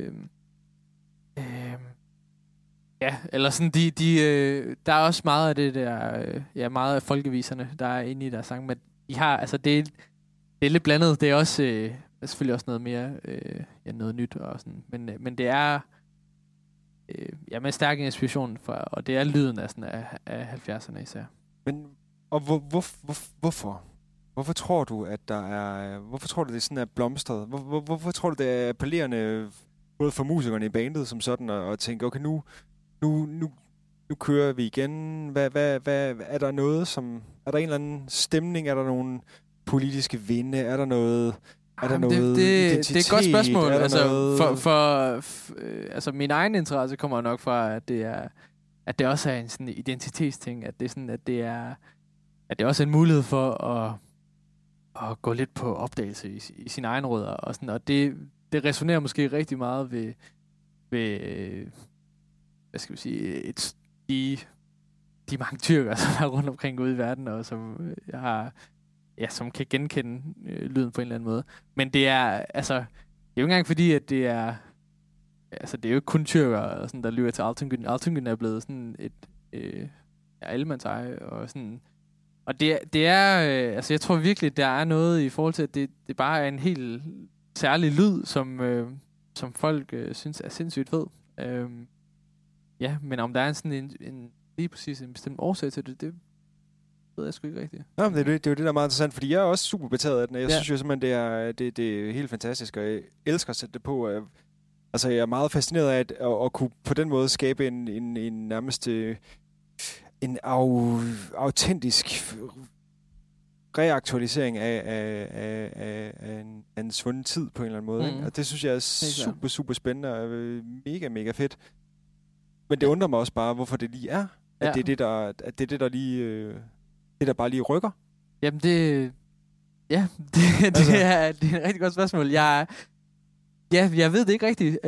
ja, eller sådan, der er også meget af det der... meget af folkeviserne, der er inde i deres sang, men de har, altså, det er lidt blandet, det er også... selvfølgelig også noget mere... noget nyt og sådan, men det er... med stærk inspiration fra, og det er lyden af, sådan af 70'erne især. Men, og hvorfor? Hvorfor tror du, at der er... Hvorfor tror du, det er sådan er blomstret? Hvorfor tror du, det er appellerende både for musikerne i bandet som sådan, og tænke, okay, nu kører vi igen. Hvad er der noget, som... Er der en eller anden stemning? Er der nogle politiske vinde? Er der noget... Er der noget identitet? Det er et godt spørgsmål. Altså, noget... altså, min egen interesse kommer nok fra, at det også er en sådan identitetsting, at det er sådan, at det også er en mulighed for at gå lidt på opdagelse i sine egne rødder og sådan, og det resonerer måske rigtig meget ved hvad skal vi sige, de mange tyrker, som er rundt omkring ude i verden, og som som kan genkende lyden på en eller anden måde. Men det er, altså, det er jo ikke engang fordi, at det er, altså, det er jo ikke kun tyrker, sådan, der lyver til Altengyn. Altengyn er blevet sådan et allemandseje, og sådan, og det er, altså, jeg tror virkelig, der er noget i forhold til, at det bare er en helt særlig lyd, som folk synes er sindssygt fed. Ja, men om der er sådan en lige præcis en bestemt årsag til det ved jeg sgu ikke rigtigt. Nå, men det er jo det, der er meget interessant, fordi jeg er også super betaget af den, og jeg synes jo simpelthen, det er helt fantastisk, og jeg elsker at sætte det på. Altså, jeg er meget fascineret af at kunne på den måde skabe en nærmest en autentisk reaktualisering af en svunden tid på en eller anden måde. Ikke? Og det synes jeg er super, super spændende og mega, mega fedt. Men det undrer mig også bare, hvorfor det lige er. Ja. At det er det, der lige... det, der bare lige rykker. Jamen det... Ja, Altså. det er et rigtig godt spørgsmål. Jeg ved det ikke rigtigt.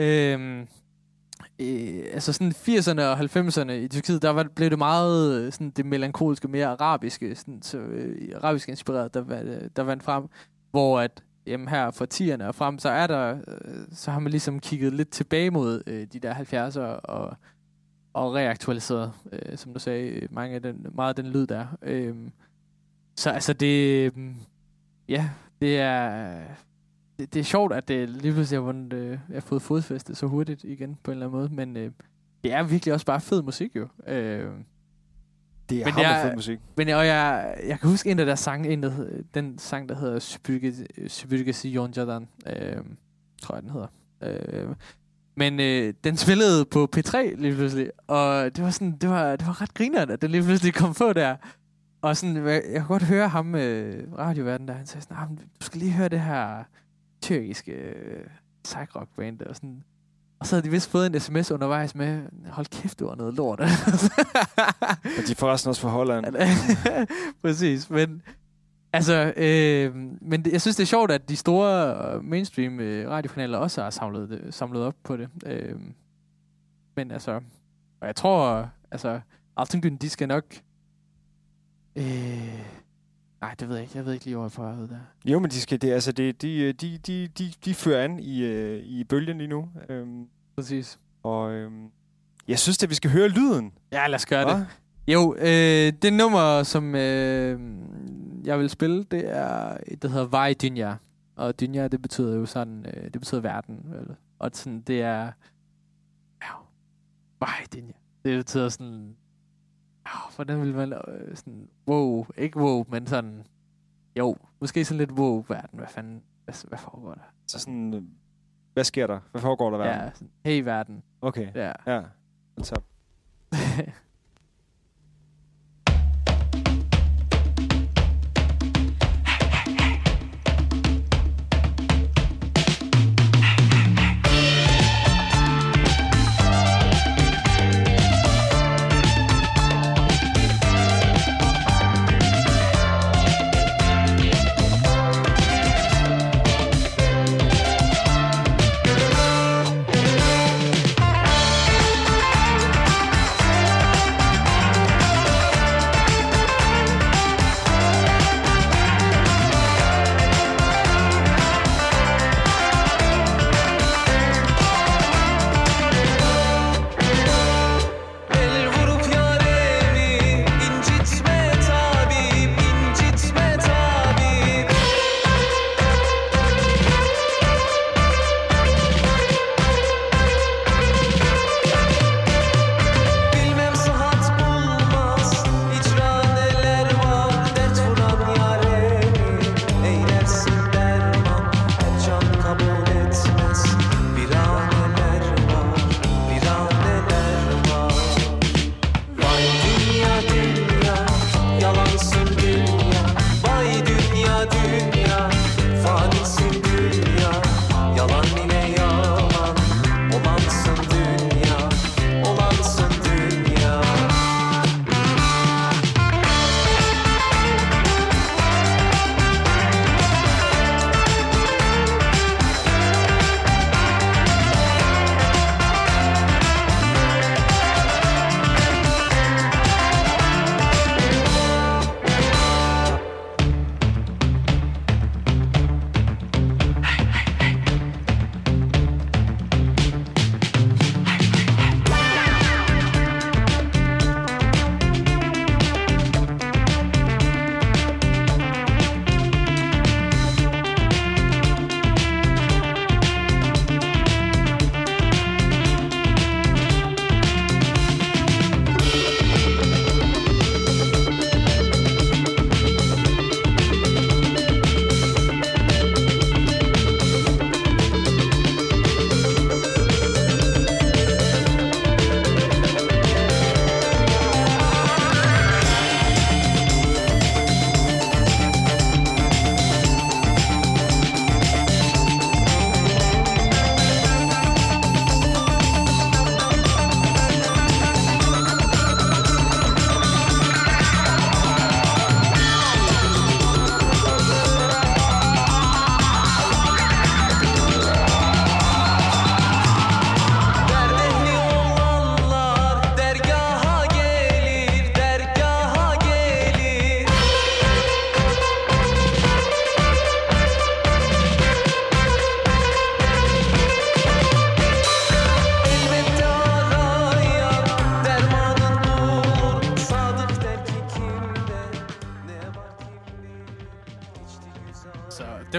Altså sådan 80'erne og 90'erne i Tyrkiet, blev det meget sådan det melankolske, mere arabiske, sådan, arabisk inspireret, der vandt frem. Hvor at her for 10'erne og frem, så har man ligesom kigget lidt tilbage mod de der 70'ere og reaktualiseret, som du sagde, meget af den lyd der. Så altså det... det er sjovt, at det lige pludselig har fået fodfæste så hurtigt igen på en eller anden måde, men det er virkelig også bare fed musik jo. Det er hammerfed musik. Men jeg kan huske en af deres sange, den sang, der hedder Süpürgesi Yoncadan, tror jeg, den hedder. Men den spillede på P3 lige pludselig, og det var sådan, det var ret grinerende, at den lige pludselig kom på der. Og sådan, jeg kan godt høre ham, radioverden der, han sagde sådan, du skal lige høre det her tyrkiske psych-rock-band, og sådan. Og så havde de vist fået en sms undervejs med, hold kæft, du var noget lort. Og de er forresten også fra Holland. Præcis, men altså, jeg synes, det er sjovt, at de store mainstream radiokanaler også har samlet op på det. Men altså, og jeg tror, altså, Altengyn, de skal nok... nej, det ved jeg ikke. Jeg ved ikke lige, hvor jeg får ud der. Jo, men de fører an i bølgen lige nu. Præcis. Og jeg synes, at vi skal høre lyden. Ja, lad os gøre det. Jo, det nummer, som jeg vil spille, det hedder Vay Dünya. Og Dünya, det betyder jo sådan, det betyder verden. Vel? Og sådan, det er... Ja, Vay Dünya. Det betyder sådan... Hvordan vil man sådan... Wow, ikke wow, men sådan... Jo, måske sådan lidt wow-verden. Hvad fanden... Hvad foregår der? Så sådan... Hvad sker der? Hvad foregår der i verden? Ja, sådan, hey verden. Okay, ja. What's up?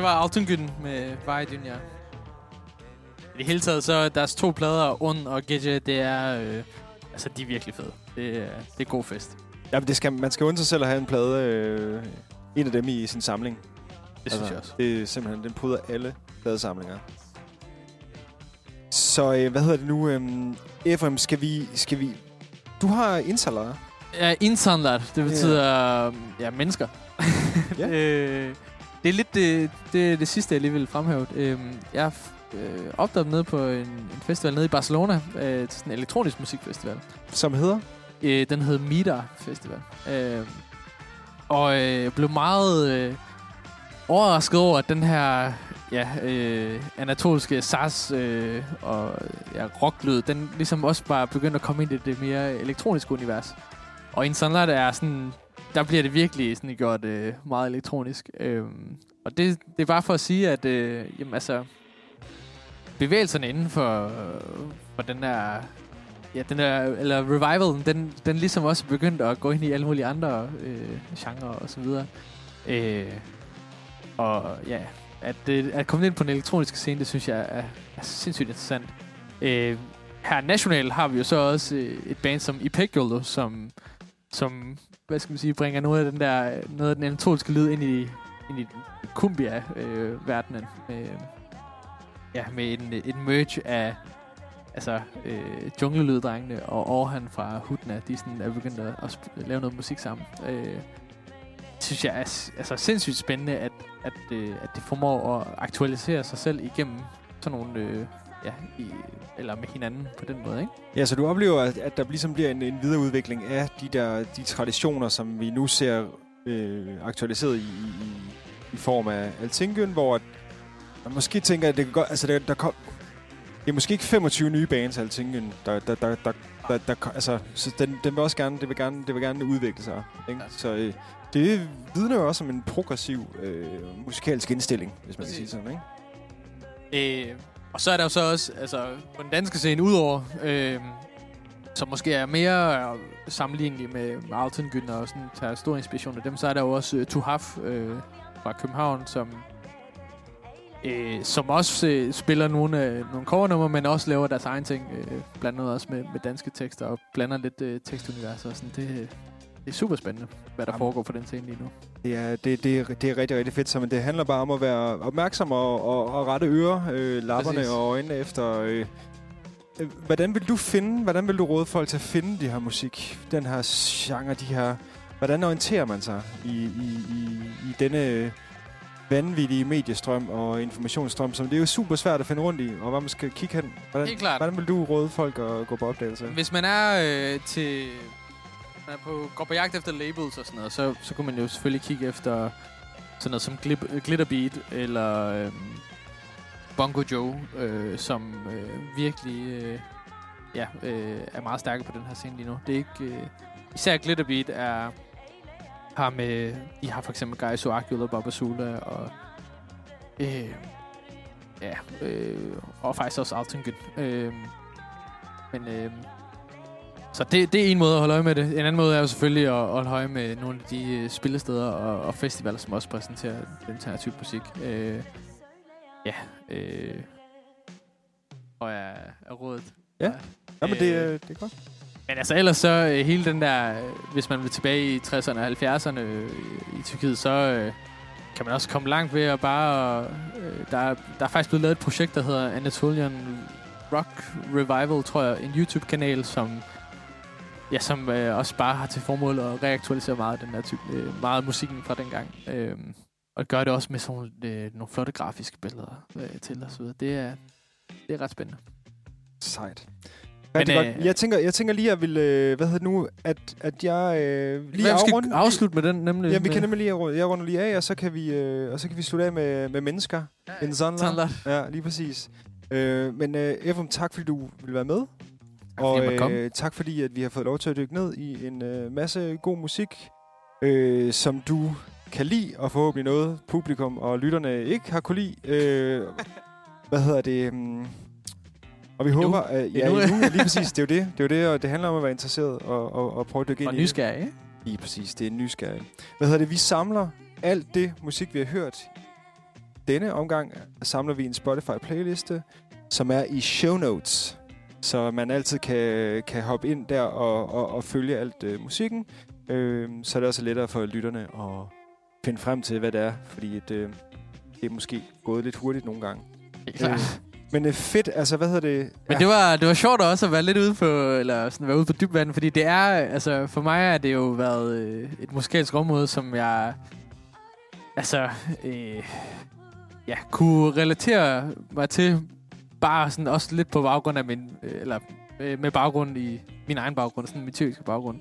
det var Altungün med Vay Dünya. I det hele taget, så deres 2 plader, Und og Gece, det er... altså, de er virkelig fede. Det er god fest. Jamen, man skal undre sig selv at have en plade, en af dem i sin samling. Det synes jeg også. Det er simpelthen, den pryder alle pladesamlinger. Så, hvad hedder det nu? Efrem, skal vi... Du har Insanlar. Ja, Insanlar. Det betyder mennesker. Ja. Det er lidt det sidste, jeg lige vil fremhæve. Jeg opdagede nede på en festival nede i Barcelona. Sådan en elektronisk musikfestival. Som hedder? Den hed Mida Festival. Og blev meget overrasket over, at den her anatolske saz og rocklyd, den ligesom også bare begyndt at komme ind i det mere elektroniske univers. Og Insanlar er sådan, der bliver det virkelig sådan gjort meget elektronisk. Og det er bare for at sige, at jamen, altså, bevægelserne inden for den her... Ja, eller revivalen, den ligesom også begyndt at gå ind i alle mulige andre genrer og så videre. Og ja, at komme ind på den elektroniske scene, det synes jeg er sindssygt interessant. Her nationalt har vi jo så også et band som Ipekjolo, som hvad skal man sige, bringer noget af den elektroniske lyd ind i kumbia-verdenen. Med en merge af junglelyddrengene og Orhan fra Hutna, de sådan er begyndt at lave noget musik sammen. Det synes jeg er sindssygt spændende, at det formår at aktualisere sig selv igennem sådan nogle, eller med hinanden på den måde, ikke? Ja, så du oplever, at der ligesom bliver en videreudvikling af de traditioner, som vi nu ser aktualiseret i form af Altungün, hvor man måske tænker, at det kan godt, altså der kom... Det er måske ikke 25 nye bands, Altungün, altså, så den vil også gerne, det vil gerne udvikle sig, ikke? Ja. Så det vidner jo også om en progressiv musikalsk indstilling, hvis man kan sige sådan, ikke? Og så er der jo så også, altså, på den danske scene udover, som måske er mere sammenlignelig med Altungün og sådan tager stor inspiration af dem, så er der jo også Tuhaf fra København, som også spiller nogle covernumre, men også laver deres egen ting, blandt andet også med danske tekster, og blander lidt tekstuniverser og sådan. Det er super spændende, hvad der foregår på den scene lige nu. Det er rigtig, rigtig fedt, men det handler bare om at være opmærksom og rette lapperne Præcis. Og øjnene efter... Hvordan vil du råde folk til at finde de her musik, den her genre, hvordan orienterer man sig i denne vanvittige mediestrøm og informationsstrøm, som det er jo super svært at finde rundt i, og hvad man skal kigge hen? Hvordan vil du råde folk at gå på opdagelse? Hvis man er går på jagt efter labels og sådan noget, så kunne man jo selvfølgelig kigge efter sådan noget som Glitterbeat eller Bongo Joe, som virkelig er meget stærke på den her scene lige nu. Det er ikke... især Glitterbeat de har for eksempel Guy Suakul og Babasula og og faktisk også Altungün. Så det er en måde at holde øje med det. En anden måde er jo selvfølgelig at holde øje med nogle af de spillesteder og festivaler, som også præsenterer den her type musik. Og er rådet. Ja, men det er godt. Men altså ellers så hele den der, hvis man vil tilbage i 60'erne og 70'erne i Tyrkiet, så kan man også komme langt ved at bare... Der er faktisk blevet lavet et projekt, der hedder Anatolian Rock Revival, tror jeg, en YouTube-kanal, som også bare har til formål at reaktualisere meget den der type, meget musikken fra dengang. Og gør det også med sådan nogle flotte grafiske billeder til og så videre. Det er ret spændende. Sejt. Jeg tænker lige, at jeg vil, at jeg lige afslutte med den, nemlig. Ja, vi kan nemlig lige, jeg runder lige af, og så kan vi slutte af med mennesker. Ja. Insanlar. Ja, lige præcis. Men Efrem, tak fordi du ville være med. Og tak fordi, at vi har fået lov til at dykke ned i en masse god musik, som du kan lide, og forhåbentlig noget publikum og lytterne ikke har kunne lide. Og vi håber, lige præcis, det er jo det, og det handler om at være interesseret og prøve at dykke ind i det. Og nysgerrig, ikke? Lige præcis, det er nysgerrig. Vi samler alt det musik, vi har hørt denne omgang samler vi en Spotify-playliste, som er i show notes. Så man altid kan hoppe ind der og følge alt musikken. Så er det også lettere for lytterne at finde frem til, hvad det er. Fordi det er måske gået lidt hurtigt nogle gange. Men fedt, altså hvad hedder det? Men det var sjovt også at være lidt ude på, eller sådan være ude på dybt vand, fordi det er, altså for mig er det jo været et musikalsk område, som jeg, altså, kunne relatere mig til, bare sådan også lidt på baggrund af min, eller med baggrund i min egen baggrund, sådan min tyrkiske baggrund.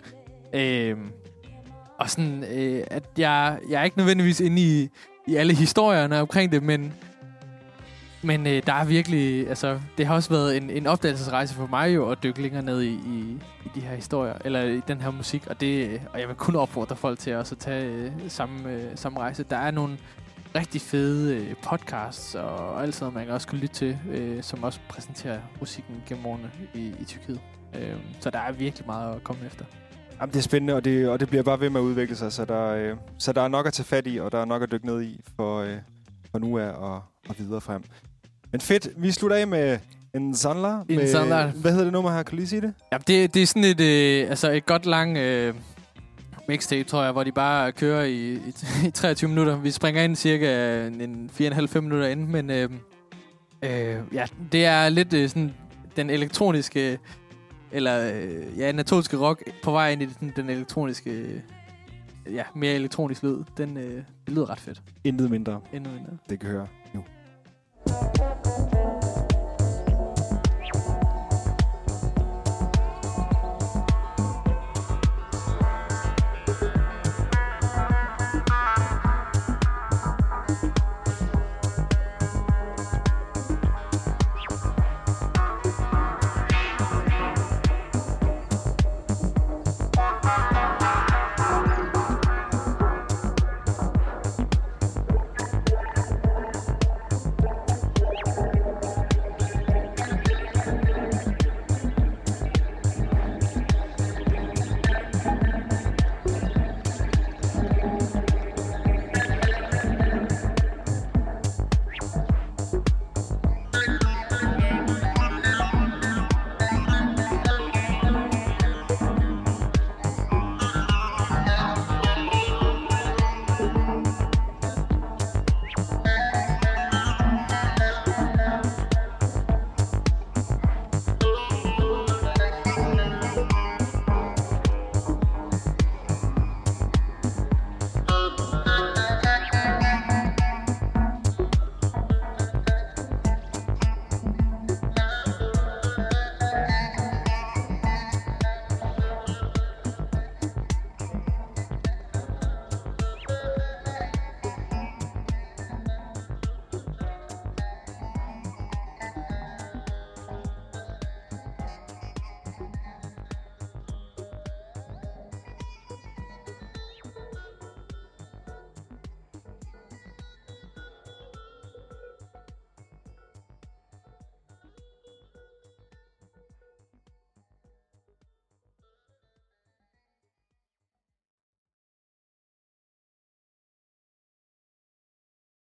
Og sådan, at jeg er ikke nødvendigvis inde i alle historierne omkring det, men der er virkelig, altså, det har også været en opdagelsesrejse for mig jo, at dykke længere ned i de her historier, eller i den her musik, og jeg vil kun opfordre folk til også at tage samme rejse. Der er nogle rigtig fede podcasts og alt sådan noget, man kan også kunne lytte til, som også præsenterer musikken gennem årene i Tyrkiet. Så der er virkelig meget at komme efter. Jamen, det er spændende, og det bliver bare ved med at udvikle sig, så der er nok at tage fat i, og der er nok at dykke ned i for nu af og videre frem. Men fedt, vi slutter af med Insanlar. Hvad hedder det nummer her? Kan du lige sige det? Ja, det er sådan et godt lang mixtape, tror jeg, hvor de bare kører i 23 minutter. Vi springer ind cirka en 4,5-5 minutter ind, men det er lidt sådan den elektroniske, eller anatolske rock på vej ind i den elektroniske, mere elektronisk lyd. Det lyder ret fedt. Intet mindre. Intet mindre. Det kan høre.